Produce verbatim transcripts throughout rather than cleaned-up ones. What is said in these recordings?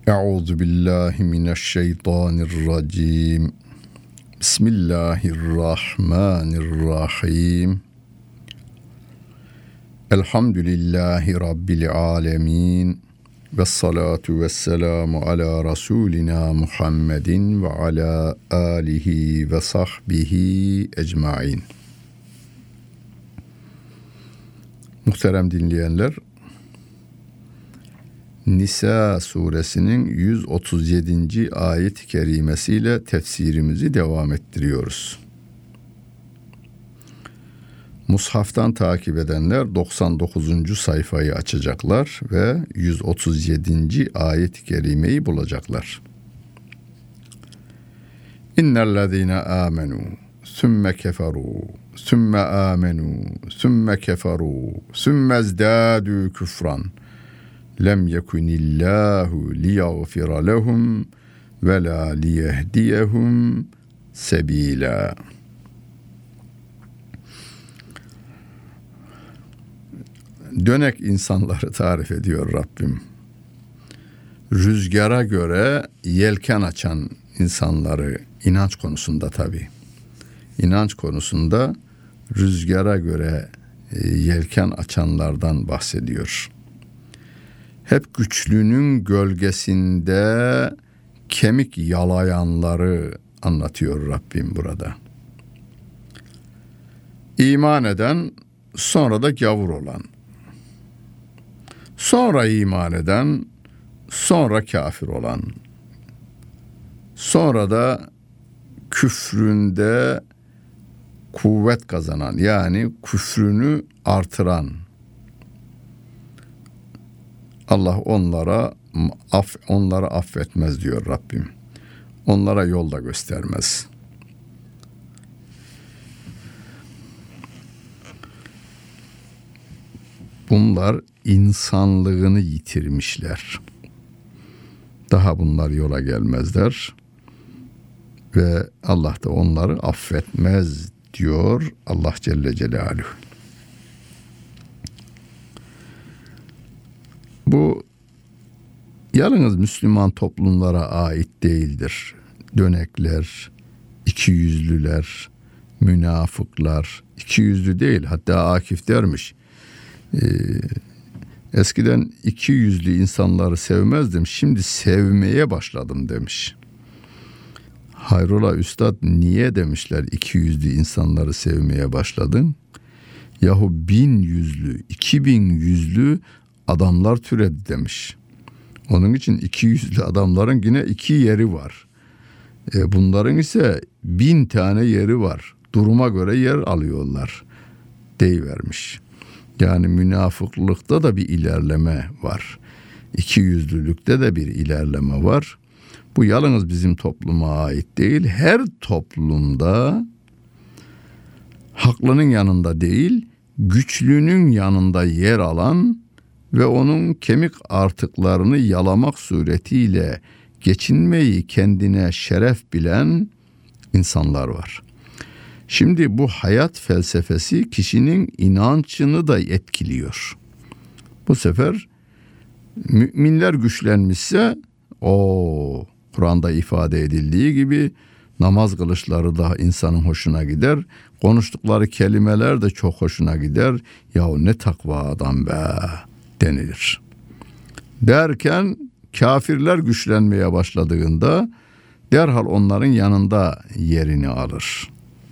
Euzu billahi mineşşeytanirracim. Bismillahirrahmanirrahim. Elhamdülillahi rabbil alamin. Vessalatu vesselamu ala rasulina Muhammedin ve ala alihi ve sahbihi ecmaîn. Muhterem dinleyenler, Nisa suresinin yüz otuz yedinci ayet-i kerimesiyle tefsirimizi devam ettiriyoruz. Mushaftan takip edenler doksan dokuzuncu sayfayı açacaklar ve yüz otuz yedinci ayet-i kerimeyi bulacaklar. İnnellezîne âmenû sümme keferû sümme âmenû sümme keferû sümme zdâdû küfran lem yekunillahu liyaghfira lehum ve la liyehdiyehum sebila. Dönek insanları tarif ediyor Rabbim. Rüzgara göre yelken açan insanları, inanç konusunda tabii. İnanç konusunda rüzgara göre yelken açanlardan bahsediyor. Hep güçlünün gölgesinde kemik yalayanları anlatıyor Rabbim burada. İman eden, sonra da gavur olan. Sonra iman eden, sonra kafir olan. Sonra da küfründe kuvvet kazanan, yani küfrünü artıran. Allah onlara aff, onları affetmez diyor Rabbim. Onlara yol da göstermez. Bunlar insanlığını yitirmişler. Daha bunlar yola gelmezler. Ve Allah da onları affetmez diyor Allah Celle Celaluhu. Bu yalnız Müslüman toplumlara ait değildir. Dönekler, ikiyüzlüler, münafıklar, ikiyüzlü değil, hatta Akif dermiş. Ee, eskiden ikiyüzlü insanları sevmezdim, şimdi sevmeye başladım demiş. Hayrola üstad, niye demişler ikiyüzlü insanları sevmeye başladın? Yahu bin yüzlü, iki bin yüzlü adamlar türedi demiş. Onun için iki yüzlü adamların yine iki yeri var. E bunların ise bin tane yeri var. Duruma göre yer alıyorlar deyivermiş. Yani münafıklıkta da bir ilerleme var. İki yüzlülükte de bir ilerleme var. Bu yalnız bizim topluma ait değil. Her toplumda haklının yanında değil, güçlünün yanında yer alan ve onun kemik artıklarını yalamak suretiyle geçinmeyi kendine şeref bilen insanlar var. Şimdi bu hayat felsefesi kişinin inancını da etkiliyor. Bu sefer müminler güçlenmişse, o Kur'an'da ifade edildiği gibi namaz kılışları da insanın hoşuna gider. Konuştukları kelimeler de çok hoşuna gider. Yahu ne takva adam be denilir. Derken kafirler güçlenmeye başladığında derhal onların yanında yerini alır.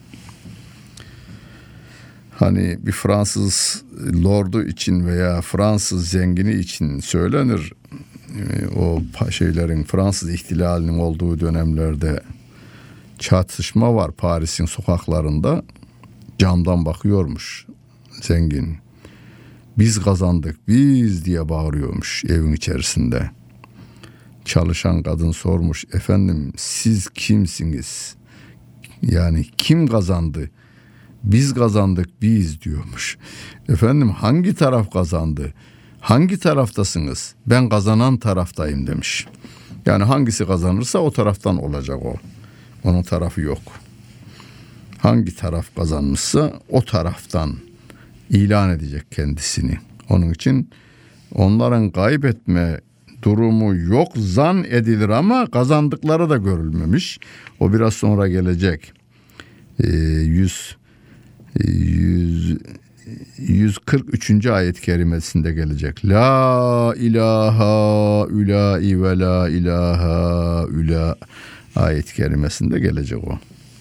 Hani bir Fransız lordu için veya Fransız zengini için söylenir. O şeylerin, Fransız ihtilalinin olduğu dönemlerde çatışma var Paris'in sokaklarında. Camdan bakıyormuş zengin. Biz kazandık, biz diye bağırıyormuş evin içerisinde. Çalışan kadın sormuş, efendim siz kimsiniz? Yani kim kazandı? Biz kazandık, biz diyormuş. Efendim hangi taraf kazandı? Hangi taraftasınız? Ben kazanan taraftayım demiş. Yani hangisi kazanırsa o taraftan olacak o. Onun tarafı yok. Hangi taraf kazanmışsa o taraftan ilan edecek kendisini. Onun için onların kaybetme durumu yok zan edilir ama kazandıkları da görülmemiş. O biraz sonra gelecek. Ee, yüz, yüz, yüz kırk üçüncü ayet-i kerimesinde gelecek. La ilaha ülâi ve la ilaha ülâ ayet-i kerimesinde gelecek o.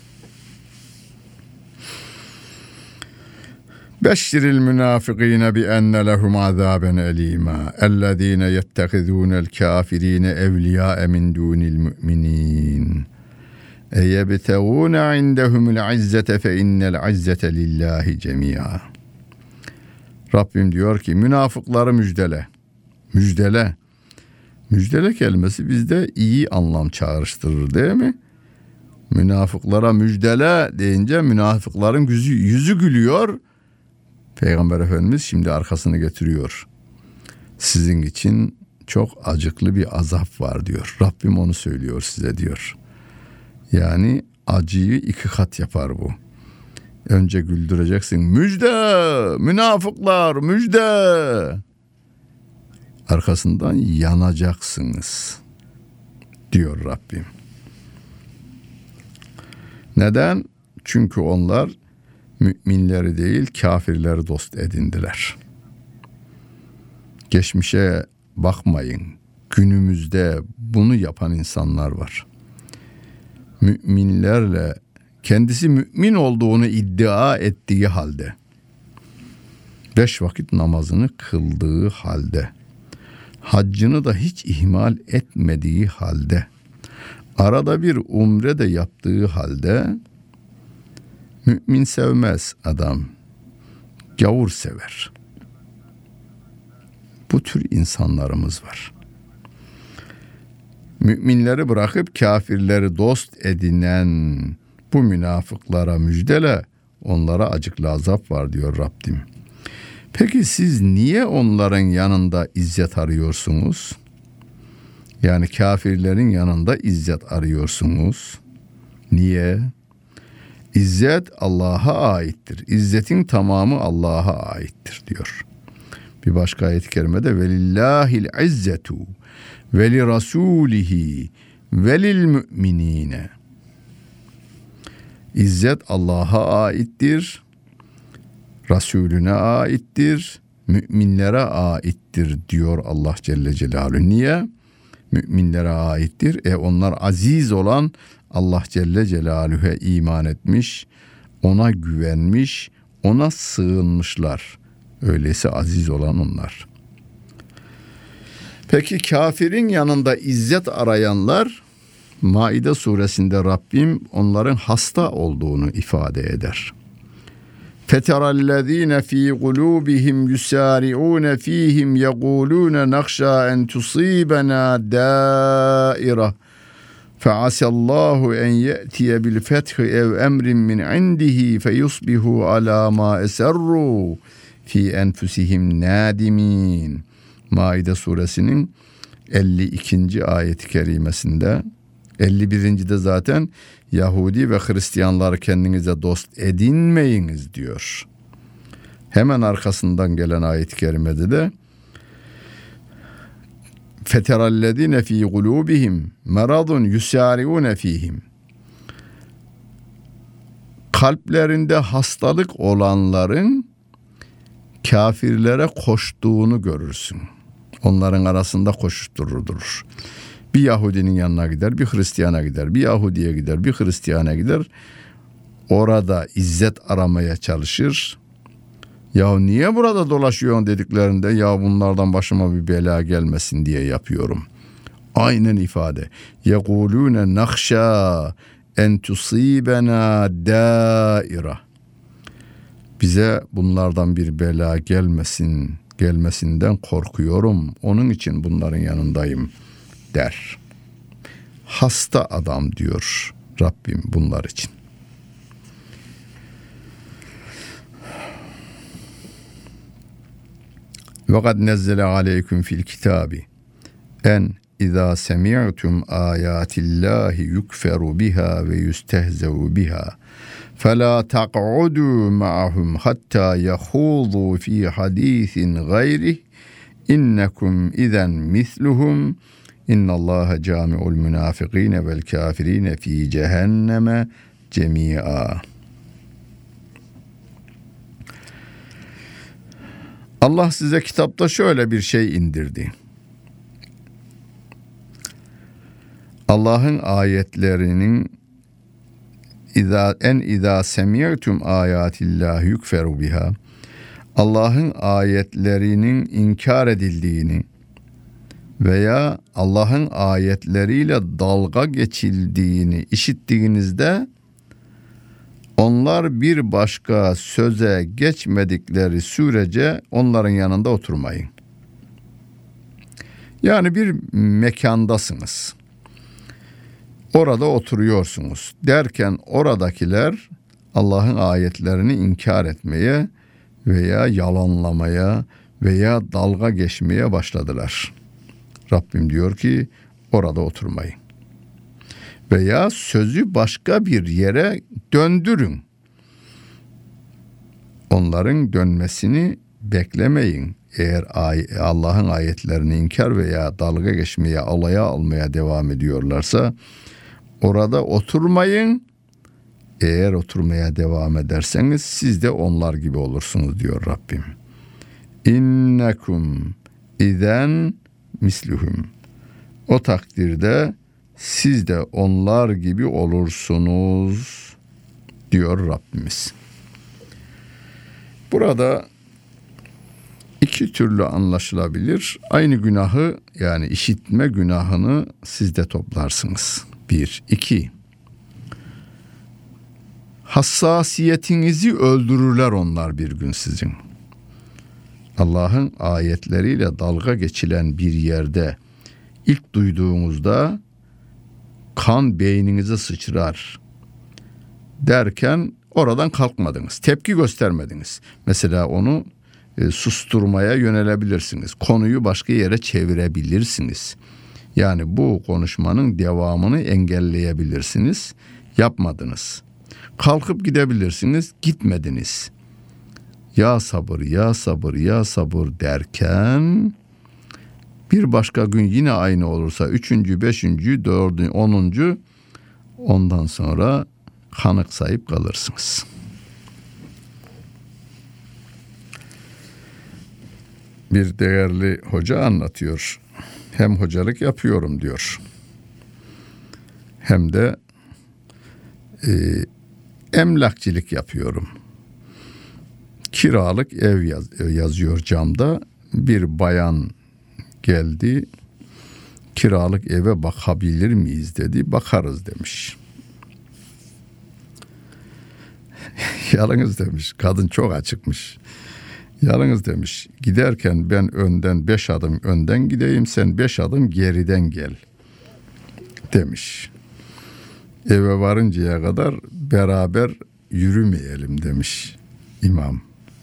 Beşşiril münafıkîne bi enne lehum azâben elîmâ ellezîne yettehizûnel kâfirîne evliyâe min dûnil mü'minîn eyebtegûne indehumul izzete fe innel izzete lillâhi cemî'a. Rabbim diyor ki münafıkları müjdele. Müjdele. Müjdele kelimesi bizde iyi anlam çağrıştırır değil mi? Münafıklara müjdele deyince münafıkların yüzü, yüzü gülüyor. Peygamber Efendimiz şimdi arkasını getiriyor. Sizin için çok acıklı bir azap var diyor. Rabbim onu söylüyor size diyor. Yani acıyı iki kat yapar bu. Önce güldüreceksin. Müjde! Münafıklar müjde! Arkasından yanacaksınız diyor Rabbim. Neden? Çünkü onlar müminleri değil kafirleri dost edindiler. Geçmişe bakmayın. Günümüzde bunu yapan insanlar var. Müminlerle kendisi mümin olduğunu iddia ettiği halde, beş vakit namazını kıldığı halde, haccını da hiç ihmal etmediği halde, arada bir umre de yaptığı halde, mümin sevmez adam, gavur sever. Bu tür insanlarımız var. Müminleri bırakıp kafirleri dost edinen bu münafıklara müjdele, onlara acıklı azap var diyor Rabbim. Peki siz niye onların yanında izzet arıyorsunuz? Yani kafirlerin yanında izzet arıyorsunuz. Niye? İzzet Allah'a aittir. İzzetin tamamı Allah'a aittir diyor. Bir başka ayet-i kerimede velillahil izzetu ve li rasulihi ve lil müminine. İzzet Allah'a aittir, Resulüne aittir, müminlere aittir diyor Allah Celle Celaluhu. Niye? Müminlere aittir. E onlar aziz olan Allah Celle Celaluhu'ya iman etmiş, ona güvenmiş, ona sığınmışlar. Öyleyse aziz olan onlar. Peki kafirin yanında izzet arayanlar, Maide suresinde Rabbim onların hasta olduğunu ifade eder. Feterallezine fi kulubihim yusari'un fihim yaqulun nakhsha en tusibana daira fe'asallahu en ye'tiye bil fethi ev emrin min indihi feyusbihu ala ma eserru fi enfusihim nadimin. Maide suresinin elli ikinci ayet-i kerimesinde, elli birinci de zaten Yahudi ve Hristiyanları kendinize dost edinmeyiniz diyor. Hemen arkasından gelen ayet-i kerimede de feterallezine fi kulubihim maradun yusari'un fihim. Kalplerinde hastalık olanların kafirlere koştuğunu görürsün. Onların arasında koşuşturur. Bir Yahudinin yanına gider, bir Hristiyana gider, bir Yahudiye gider, bir Hristiyana gider. Orada izzet aramaya çalışır. Ya niye burada dolaşıyorsun dediklerinde, ya bunlardan başıma bir bela gelmesin diye yapıyorum. Aynen ifade. Yekulune nakhşa en tusibena daira. Bize bunlardan bir bela gelmesin, gelmesinden korkuyorum. Onun için bunların yanındayım der. Hasta adam diyor Rabbim bunlar için. Ve kad nezzele aleyküm fil kitabi en izâ semi'tum âyâtillâhi yukferu biha ve yustehzevu biha فَلَا تَقْعُدُوا مَعَهُمْ حَتَّى يَخُوضُوا فِي حَدِيثٍ غَيْرِهِ innekum izen misluhum innallaha cami'ul münafikine vel kafirine fi cehenneme cemi'a. Allah size kitapta şöyle bir şey indirdi. Allah'ın ayetlerinin İza en iza semi'tum ayatillahi yukferu biha. Allah'ın ayetlerinin inkar edildiğini veya Allah'ın ayetleriyle dalga geçildiğini işittiğinizde onlar bir başka söze geçmedikleri sürece onların yanında oturmayın. Yani bir mekandasınız. Orada oturuyorsunuz derken oradakiler Allah'ın ayetlerini inkar etmeye veya yalanlamaya veya dalga geçmeye başladılar. Rabbim diyor ki orada oturmayın. Veya sözü başka bir yere döndürün. Onların dönmesini beklemeyin. Eğer Allah'ın ayetlerini inkar veya dalga geçmeye, alaya almaya devam ediyorlarsa orada oturmayın. Eğer oturmaya devam ederseniz siz de onlar gibi olursunuz diyor Rabbim. İnnekum izen misluhum. O takdirde siz de onlar gibi olursunuz diyor Rabbimiz. Burada iki türlü anlaşılabilir. Aynı günahı yani işitme günahını siz de toplarsınız. Bir, iki. Hassasiyetinizi öldürürler onlar bir gün sizin. Allah'ın ayetleriyle dalga geçilen bir yerde ilk duyduğunuzda kan beyninize sıçrar derken oradan kalkmadınız. Tepki göstermediniz. Mesela onu e, susturmaya yönelebilirsiniz. Konuyu başka yere çevirebilirsiniz. Yani bu konuşmanın devamını engelleyebilirsiniz. Yapmadınız. Kalkıp gidebilirsiniz. Gitmediniz. Ya sabır, ya sabır, ya sabır derken bir başka gün yine aynı olursa üçüncü, beşinci, dördüncü, onuncu ondan sonra kanık sayıp kalırsınız. Bir değerli hoca anlatıyor. Hem hocalık yapıyorum diyor. Hem de e, emlakçılık yapıyorum. Kiralık ev yaz, yazıyor camda. Bir bayan geldi. Kiralık eve bakabilir miyiz dedi. Bakarız demiş. Yalnız demiş. Kadın çok açıkmış. Yalnız demiş. Giderken ben önden beş adım önden gideyim. Sen beş adım geriden gel demiş. Eve varıncaya kadar beraber yürümeyelim demiş imam.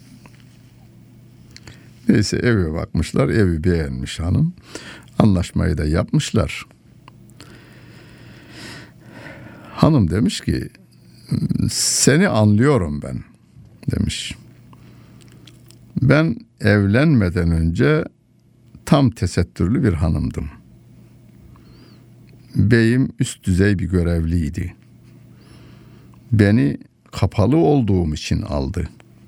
Neyse eve bakmışlar. Evi beğenmiş hanım. Anlaşmayı da yapmışlar. Hanım demiş ki seni anlıyorum ben demiş. Ben evlenmeden önce tam tesettürlü bir hanımdım. Beyim üst düzey bir görevliydi. Beni kapalı olduğum için aldı.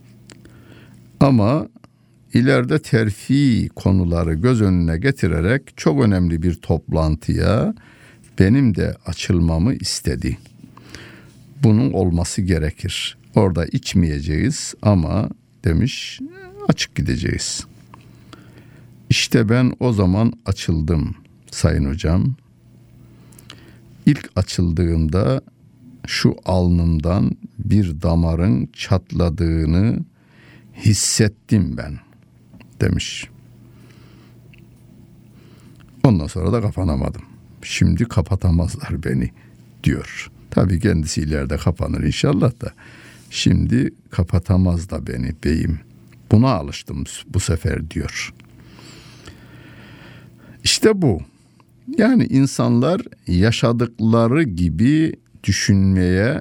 Ama ileride terfi konuları göz önüne getirerek çok önemli bir toplantıya benim de açılmamı istedi. Bunun olması gerekir. Orada içmeyeceğiz ama demiş açık gideceğiz. İşte ben o zaman açıldım sayın hocam. İlk açıldığımda şu alnımdan bir damarın çatladığını hissettim ben demiş. Ondan sonra da kapanamadım. Şimdi kapatamazlar beni diyor. Tabii kendisi ileride kapanır inşallah da. Şimdi kapatamaz da beni beyim. Buna alıştım bu sefer diyor. İşte bu. Yani insanlar yaşadıkları gibi düşünmeye,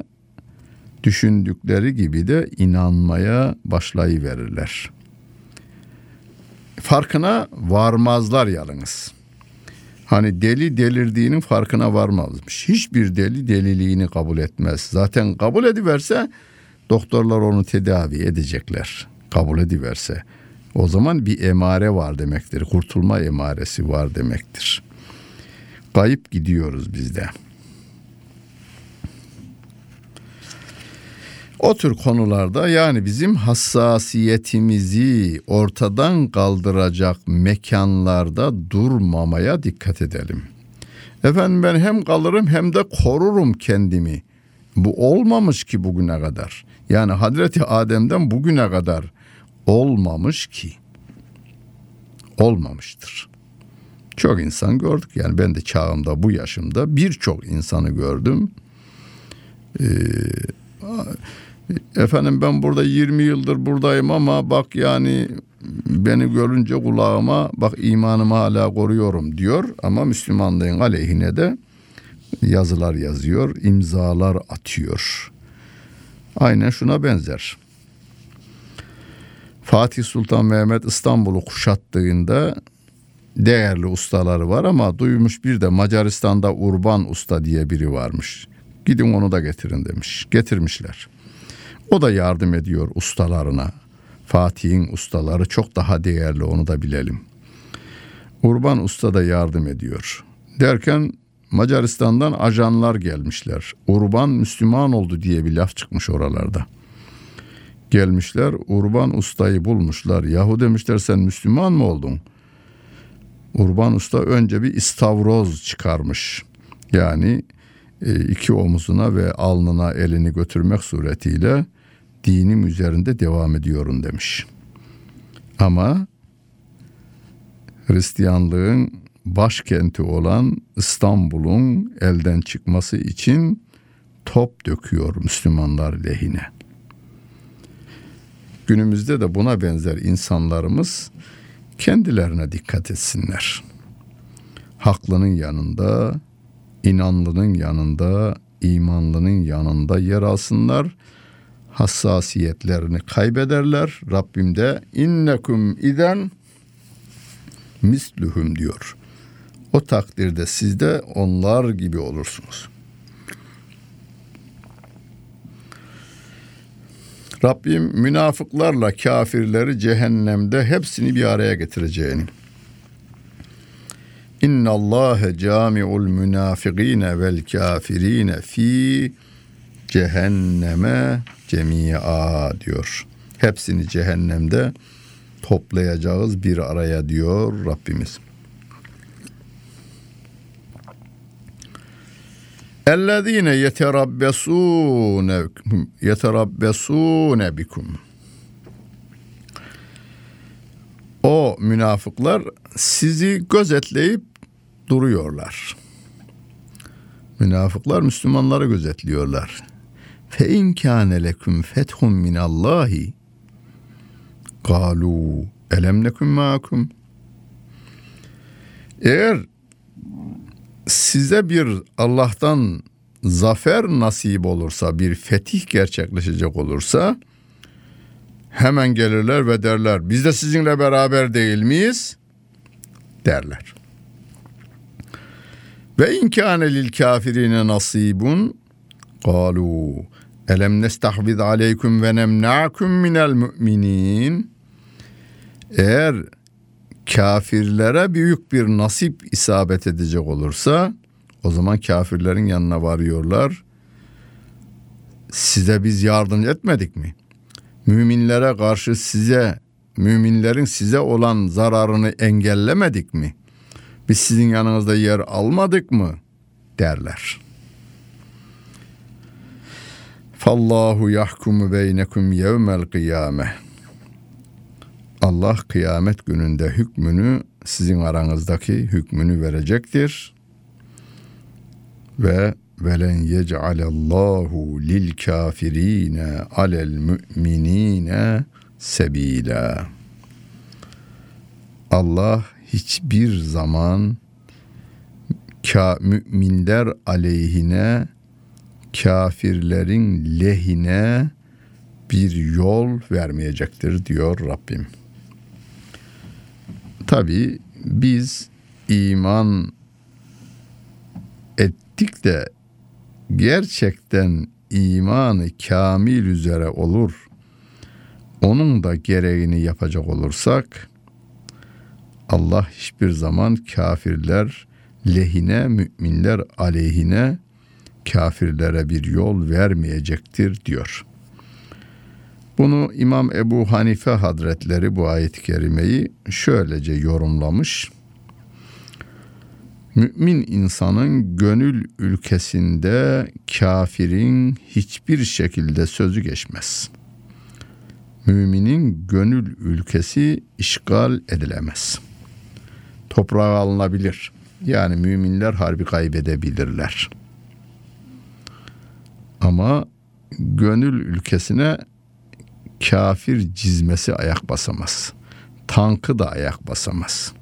düşündükleri gibi de inanmaya başlayıverirler. farkına varmazlar yalnız. Hani deli delirdiğinin farkına varmazmış. Hiçbir deli deliliğini kabul etmez. Zaten kabul ediverse doktorlar onu tedavi edecekler. Kabul ediverse. O zaman bir emare var demektir. Kurtulma emaresi var demektir. Kayıp gidiyoruz biz de. O tür konularda yani bizim hassasiyetimizi ortadan kaldıracak mekanlarda durmamaya dikkat edelim. Efendim ben hem kalırım hem de korurum kendimi. Bu olmamış ki bugüne kadar. Yani Hazreti Adem'den bugüne kadar olmamış ki. Olmamıştır. Çok insan gördük yani ben de çağımda bu yaşımda birçok insanı gördüm. Ee, efendim ben burada yirmi yıldır buradayım ama bak yani beni görünce kulağıma bak imanımı hala koruyorum diyor ama Müslümanlığın aleyhine de yazılar yazıyor, imzalar atıyor. Aynen şuna benzer. Fatih Sultan Mehmet İstanbul'u kuşattığında değerli ustaları var ama duymuş bir de Macaristan'da Urban Usta diye biri varmış. Gidin onu da getirin demiş. Getirmişler. O da yardım ediyor ustalarına. Fatih'in ustaları çok daha değerli, onu da bilelim. Urban Usta da yardım ediyor. Derken Macaristan'dan ajanlar gelmişler. Urban Müslüman oldu diye bir laf çıkmış oralarda. Gelmişler Urban Usta'yı bulmuşlar. Yahu demişler sen Müslüman mı oldun? Urban Usta önce bir istavroz çıkarmış. Yani iki omuzuna ve alnına elini götürmek suretiyle dinim üzerinde devam ediyorum demiş. Ama Hristiyanlığın başkenti olan İstanbul'un elden çıkması için top döküyor Müslümanlar lehine. Günümüzde de buna benzer insanlarımız kendilerine dikkat etsinler. Haklının yanında, inanlının yanında, imanlının yanında yer alsınlar. Hassasiyetlerini kaybederler. Rabbim de innekum iden misluhum diyor. O takdirde siz de onlar gibi olursunuz. Rabbim münafıklarla kafirleri cehennemde hepsini bir araya getireceğini. İnna Allahe cami'ul münafikine vel kafirine fi cehenneme cemi'a diyor. Hepsini cehennemde toplayacağız bir araya diyor Rabbimiz. Ellezine yeterabbesune yeterabbesune bikum. O münafıklar sizi gözetleyip duruyorlar. Münafıklar Müslümanları gözetliyorlar. Fe in kâne leküm fethun minallahi kâlû elem neküm mâkum. Eğer size bir Allah'tan zafer nasip olursa, bir fetih gerçekleşecek olursa hemen gelirler ve derler biz de sizinle beraber değil miyiz? Derler. Ve in kâne lil kâfirine nasibun kâlû elem nestahviz aleyküm ve nemna'kum minel mü'minin. Eğer kafirlere büyük bir nasip isabet edecek olursa o zaman kafirlerin yanına varıyorlar. Size biz yardım etmedik mi? Müminlere karşı size, müminlerin size olan zararını engellemedik mi? Biz sizin yanınızda yer almadık mı? Derler. Fallahu yahkumu beynekum yevmel kıyame. Allah kıyamet gününde hükmünü, sizin aranızdaki hükmünü verecektir. Ve velen yec'alallahu lil kafirine alel müminine sebila. Allah hiçbir zaman ka müminler aleyhine, kafirlerin lehine bir yol vermeyecektir diyor Rabbim. Tabii biz iman ettik de gerçekten imanı kamil üzere olur, onun da gereğini yapacak olursak, Allah hiçbir zaman kafirler lehine, müminler aleyhine kafirlere bir yol vermeyecektir diyor. Bunu İmam Ebu Hanife Hazretleri bu ayet-i kerimeyi şöylece yorumlamış. Mümin insanın gönül ülkesinde kafirin hiçbir şekilde sözü geçmez. Müminin gönül ülkesi işgal edilemez. Toprağa alınabilir. Yani müminler harbi kaybedebilirler. Ama gönül ülkesine kafir cizmesi ayak basamaz. Tankı da ayak basamaz.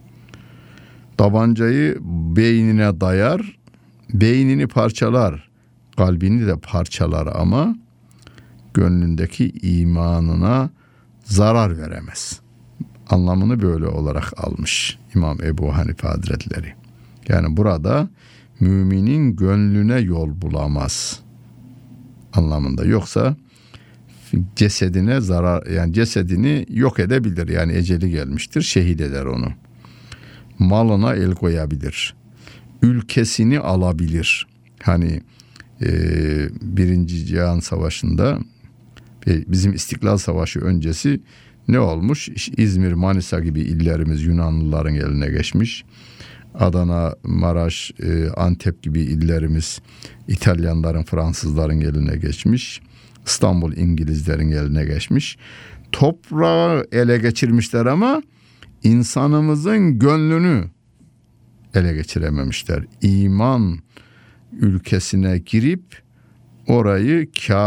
Tabancayı beynine dayar, beynini parçalar, kalbini de parçalar ama gönlündeki imanına zarar veremez. Anlamını böyle olarak almış İmam Ebu Hanife Hazretleri. Yani burada müminin gönlüne yol bulamaz anlamında. Yoksa cesedine zarar, yani cesedini yok edebilir. Yani eceli gelmiştir, şehit eder onu. Malına el koyabilir. Ülkesini alabilir. Hani e, Birinci Cihan Savaşı'nda, bizim İstiklal Savaşı öncesi ne olmuş? İzmir, Manisa gibi illerimiz Yunanlıların eline geçmiş. Adana, Maraş, e, Antep gibi illerimiz İtalyanların, Fransızların eline geçmiş. İstanbul İngilizlerin eline geçmiş. Toprağı ele geçirmişler ama insanımızın gönlünü ele geçirememişler. İman ülkesine girip orayı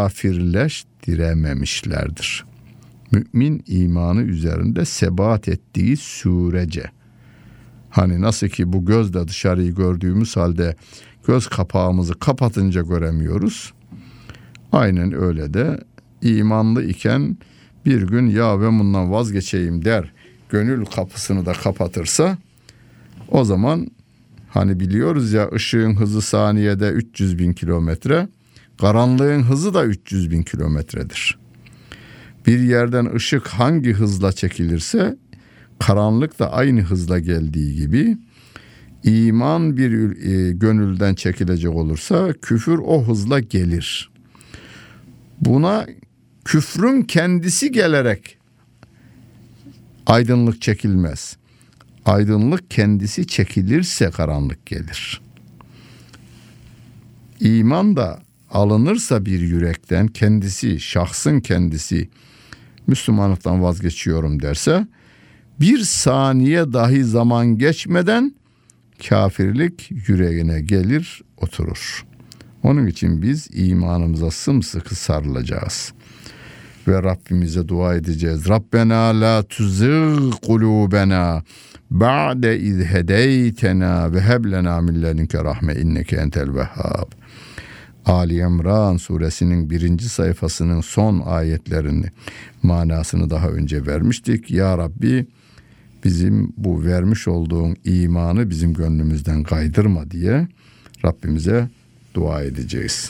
kafirleştirememişlerdir. Mümin imanı üzerinde sebat ettiği sürece, hani nasıl ki bu gözle dışarıyı gördüğümüz halde göz kapağımızı kapatınca göremiyoruz. Aynen öyle de imanlı iken bir gün ya ben bundan vazgeçeyim der, gönül kapısını da kapatırsa, o zaman hani biliyoruz ya, ışığın hızı saniyede üç yüz bin kilometre, karanlığın hızı da üç yüz bin kilometredir. Bir yerden ışık hangi hızla çekilirse karanlık da aynı hızla geldiği gibi, iman bir e, gönülden çekilecek olursa küfür o hızla gelir. Buna küfrün kendisi gelerek aydınlık çekilmez. Aydınlık kendisi çekilirse karanlık gelir. İman da alınırsa bir yürekten, kendisi, şahsın kendisi Müslümanlıktan vazgeçiyorum derse, bir saniye dahi zaman geçmeden kafirlik yüreğine gelir, oturur. Onun için biz imanımıza sımsıkı sarılacağız. Ve Rabbimize dua edeceğiz. Rabbena la tuzigh kulubena ba'de iz hedeytena ve heb lena min ledunke rahme inneke entel vehhab. Ali İmran suresinin birinci sayfasının son ayetlerini, manasını daha önce vermiştik. Ya Rabbi, bizim bu vermiş olduğun imanı bizim gönlümüzden kaydırma diye Rabbimize dua edeceğiz.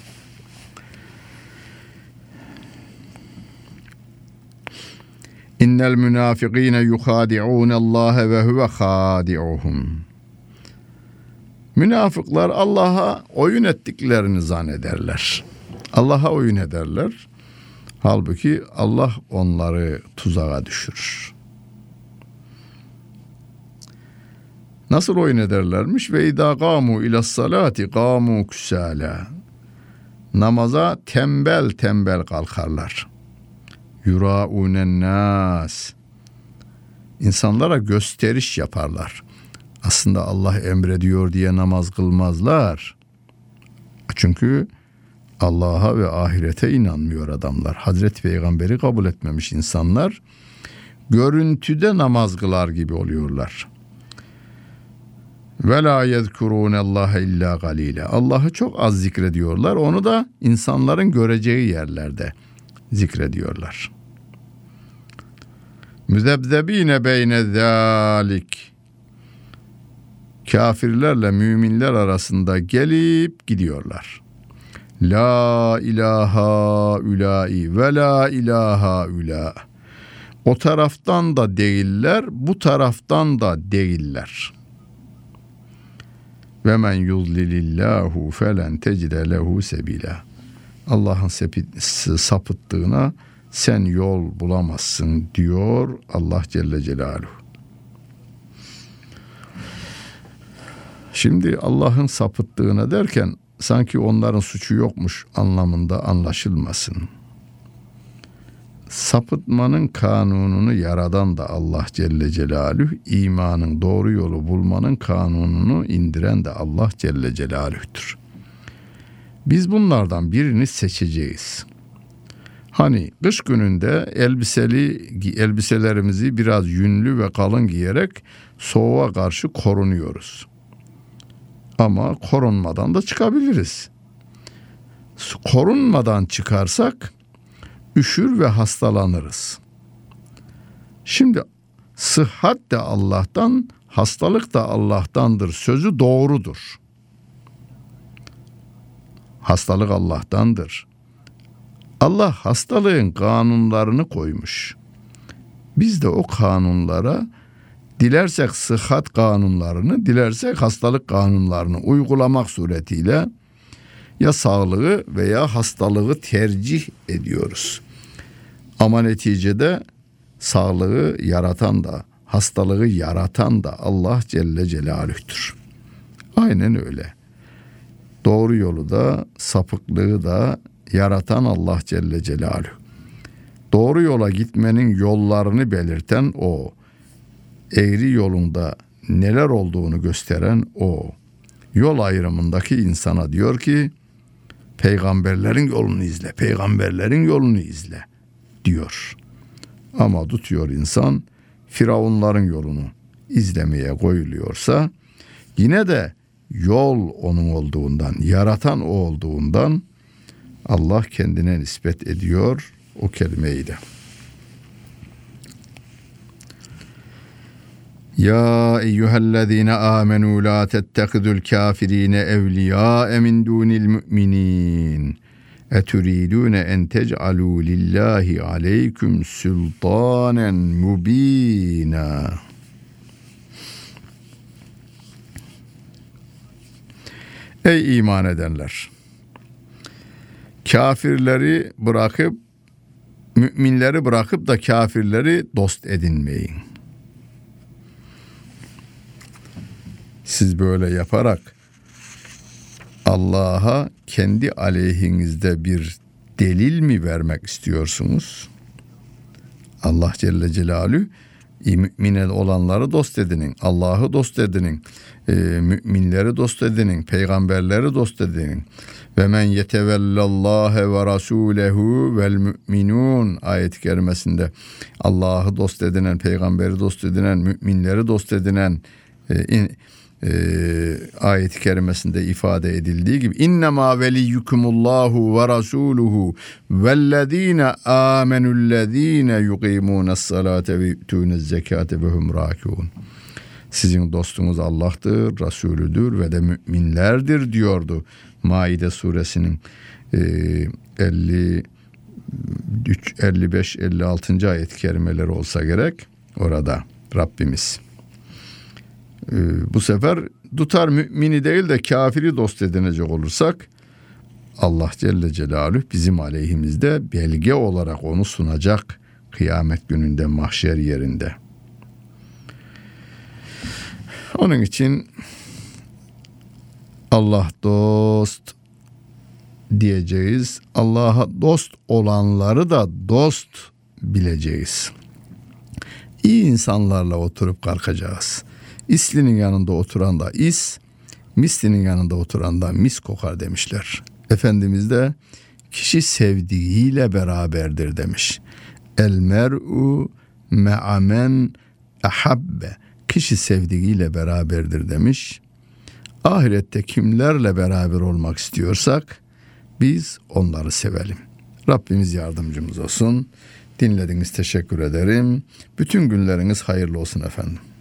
İnnel münafikîne yuhâdi'ûnallâhe ve huve hâdi'uhum. Münafıklar Allah'a oyun ettiklerini zannederler. Allah'a oyun ederler. Halbuki Allah onları tuzağa düşürür. Nasıl oyun ederlermiş? Ve idâ gâmû ilas-salâti gâmû kusâlâ. Namaza tembel tembel kalkarlar. Yurâûnen nâs. İnsanlara gösteriş yaparlar. Aslında Allah emrediyor diye namaz kılmazlar. Çünkü Allah'a ve ahirete inanmıyor adamlar. Hazreti Peygamber'i kabul etmemiş insanlar görüntüde namaz kılar gibi oluyorlar. Ve la yezkurûnallâhe illâ galîle. Allah'ı çok az zikrediyorlar. Onu da insanların göreceği yerlerde zikrediyorlar. müzebzebine beyne zalik. Kafirlerle müminler arasında gelip gidiyorlar. La ilaha ülâi ve la ilaha ülâ. O taraftan da değiller, bu taraftan da değiller. Ve men yuzlilillahu felen tecide lehu sebila. Allah'ın sapıttığına sen yol bulamazsın diyor Allah Celle Celaluhu. Şimdi Allah'ın sapıttığına derken sanki onların suçu yokmuş anlamında anlaşılmasın. Sapıtmanın kanununu yaradan da Allah Celle Celaluhu, imanın doğru yolu bulmanın kanununu indiren de Allah Celle Celaluhu'dur. Biz bunlardan birini seçeceğiz. Hani kış gününde elbiseli elbiselerimizi biraz yünlü ve kalın giyerek soğuğa karşı korunuyoruz. Ama korunmadan da çıkabiliriz. Korunmadan çıkarsak üşür ve hastalanırız. Şimdi sıhhat de Allah'tan, hastalık da Allah'tandır sözü doğrudur. Hastalık Allah'tandır. Allah hastalığın kanunlarını koymuş. Biz de o kanunlara dilersek sıhhat kanunlarını, dilersek hastalık kanunlarını uygulamak suretiyle ya sağlığı veya hastalığı tercih ediyoruz. Ama neticede sağlığı yaratan da, hastalığı yaratan da Allah Celle Celaluhu'dur. Aynen öyle. Doğru yolu da, sapıklığı da yaratan Allah Celle Celaluhu. Doğru yola gitmenin yollarını belirten O. Eğri yolunda neler olduğunu gösteren O. Yol ayrımındaki insana diyor ki, peygamberlerin yolunu izle, peygamberlerin yolunu izle diyor. Ama tutuyor insan Firavunların yolunu izlemeye koyuluyorsa, yine de yol onun olduğundan, yaratan o olduğundan Allah kendine nispet ediyor o kelimeyi de. Ya eyyühellezine amenu la tettekidul kafirine evliya min dunil müminin. Eturidune en tec'alû lillahi aleyküm sultanen mubînâ. Ey iman edenler! Kafirleri bırakıp, müminleri bırakıp da kafirleri dost edinmeyin. Siz böyle yaparak Allah'a kendi aleyhinizde bir delil mi vermek istiyorsunuz? Allah Celle Celaluhu mümin olanları dost edinin, Allah'ı dost edinin, e, müminleri dost edinin, peygamberleri dost edinin. Ve men yetevellallâhe ve rasûlehu vel mü'minûn ayet-i kerimesinde Allah'ı dost edinen, peygamberi dost edinen, müminleri dost edinen e, in, e, ayet-i kerimesinde ifade edildiği gibi innemâ veliyyukumullahu ve rasûluhu vellezîne âmenullezîne yukîmûnessalâte ve yu'tûnezzekâte ve hum râkiûn. Sizin dostunuz Allah'tır, Resulüdür ve de müminlerdir diyordu. Maide suresinin elli üç, elli beş, elli altı. ayet-i kerimeleri olsa gerek orada Rabbimiz. Bu sefer tutar mümini değil de kafiri dost edinecek olursak Allah Celle Celaluhu bizim aleyhimizde belge olarak onu sunacak kıyamet gününde, mahşer yerinde. Onun için Allah dost diyeceğiz. Allah'a dost olanları da dost bileceğiz. İyi insanlarla oturup kalkacağız. İslinin yanında oturan da is, mislinin yanında oturan da mis kokar demişler. Efendimiz de kişi sevdiğiyle beraberdir demiş. El mer'u me'amen ahabbe. Kişi sevdiğiyle beraberdir demiş. Ahirette kimlerle beraber olmak istiyorsak biz onları sevelim. Rabbimiz yardımcımız olsun. Dinlediniz, teşekkür ederim. Bütün günleriniz hayırlı olsun efendim.